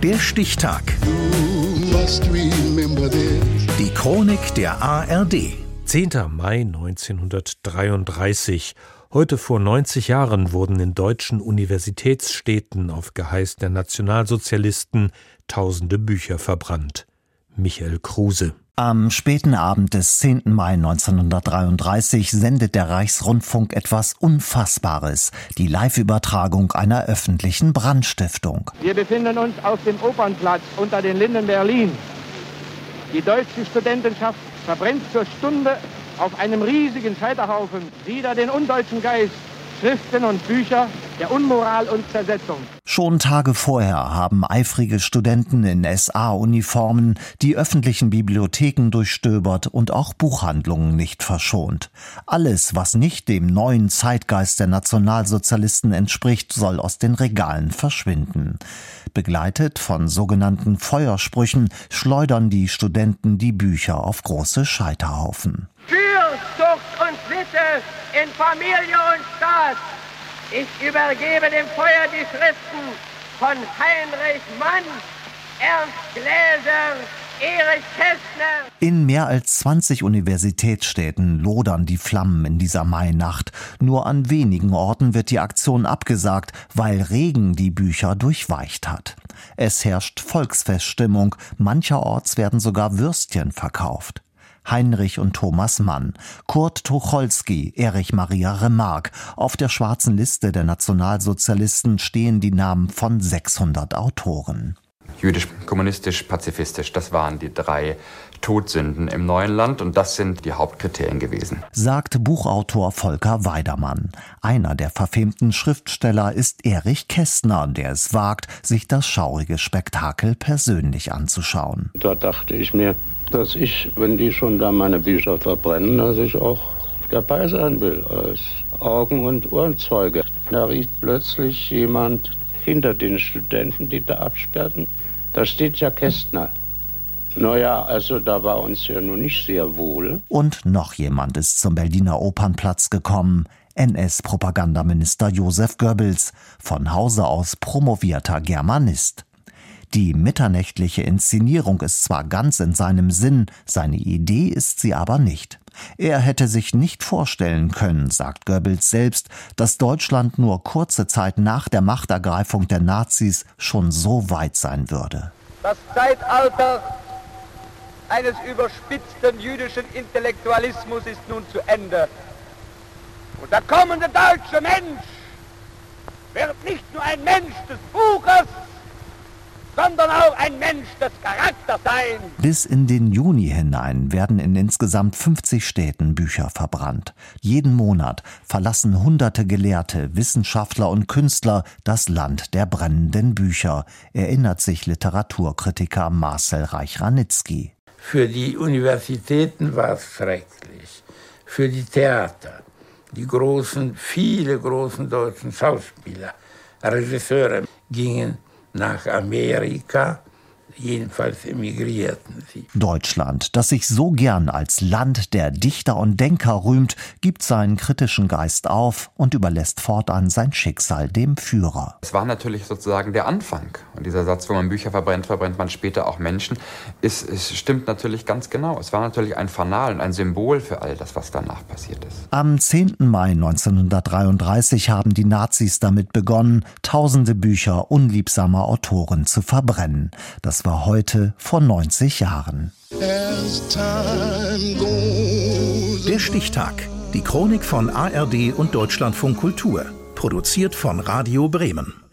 Der Stichtag. Die Chronik der ARD. 10. Mai 1933. Heute vor 90 Jahren wurden in deutschen Universitätsstädten auf Geheiß der Nationalsozialisten tausende Bücher verbrannt. Michael Kruse. Am späten Abend des 10. Mai 1933 sendet der Reichsrundfunk etwas Unfassbares, die Live-Übertragung einer öffentlichen Brandstiftung. Wir befinden uns auf dem Opernplatz unter den Linden Berlin. Die deutsche Studentenschaft verbrennt zur Stunde auf einem riesigen Scheiterhaufen wieder den undeutschen Geist, Schriften und Bücher der Unmoral und Zersetzung. Schon Tage vorher haben eifrige Studenten in SA-Uniformen die öffentlichen Bibliotheken durchstöbert und auch Buchhandlungen nicht verschont. Alles, was nicht dem neuen Zeitgeist der Nationalsozialisten entspricht, soll aus den Regalen verschwinden. Begleitet von sogenannten Feuersprüchen schleudern die Studenten die Bücher auf große Scheiterhaufen. Für Zucht und Sitte in Familie und Staat. Ich übergebe dem Feuer die Schriften von Heinrich Mann, Ernst Gläser, Erich Kästner. In mehr als 20 Universitätsstädten lodern die Flammen in dieser Mainacht. Nur an wenigen Orten wird die Aktion abgesagt, weil Regen die Bücher durchweicht hat. Es herrscht Volksfeststimmung, mancherorts werden sogar Würstchen verkauft. Heinrich und Thomas Mann, Kurt Tucholsky, Erich Maria Remarque. Auf der schwarzen Liste der Nationalsozialisten stehen die Namen von 600 Autoren. Jüdisch, kommunistisch, pazifistisch, das waren die 3 Todsünden im neuen Land und das sind die Hauptkriterien gewesen. Sagt Buchautor Volker Weidermann. Einer der verfemten Schriftsteller ist Erich Kästner, der es wagt, sich das schaurige Spektakel persönlich anzuschauen. Da dachte ich mir, dass ich, wenn die schon da meine Bücher verbrennen, dass ich auch dabei sein will als Augen- und Ohrenzeuge. Da rief plötzlich jemand hinter den Studenten, die da absperrten, da steht ja Kästner. Naja, also da war uns ja nun nicht sehr wohl. Und noch jemand ist zum Berliner Opernplatz gekommen. NS-Propagandaminister Josef Goebbels, von Hause aus promovierter Germanist. Die mitternächtliche Inszenierung ist zwar ganz in seinem Sinn, seine Idee ist sie aber nicht. Er hätte sich nicht vorstellen können, sagt Goebbels selbst, dass Deutschland nur kurze Zeit nach der Machtergreifung der Nazis schon so weit sein würde. Das Zeitalter eines überspitzten jüdischen Intellektualismus ist nun zu Ende. Und der kommende deutsche Mensch wird nicht nur ein Mensch des Buches, sondern auch ein Mensch des Charakters sein. Bis in den Juni hinein werden in insgesamt 50 Städten Bücher verbrannt. Jeden Monat verlassen hunderte Gelehrte, Wissenschaftler und Künstler das Land der brennenden Bücher, erinnert sich Literaturkritiker Marcel Reich-Ranitzky. Für die Universitäten war es schrecklich. Für die Theater, die viele großen deutschen Schauspieler, Regisseure gingen nach Amerika, jedenfalls emigrierten sie. Deutschland, das sich so gern als Land der Dichter und Denker rühmt, gibt seinen kritischen Geist auf und überlässt fortan sein Schicksal dem Führer. Es war natürlich sozusagen der Anfang. Und dieser Satz, wo man Bücher verbrennt, verbrennt man später auch Menschen, es stimmt natürlich ganz genau. Es war natürlich ein Fanal und ein Symbol für all das, was danach passiert ist. Am 10. Mai 1933 haben die Nazis damit begonnen, tausende Bücher unliebsamer Autoren zu verbrennen. Das war heute vor 90 Jahren. Der Stichtag. Die Chronik von ARD und Deutschlandfunk Kultur. Produziert von Radio Bremen.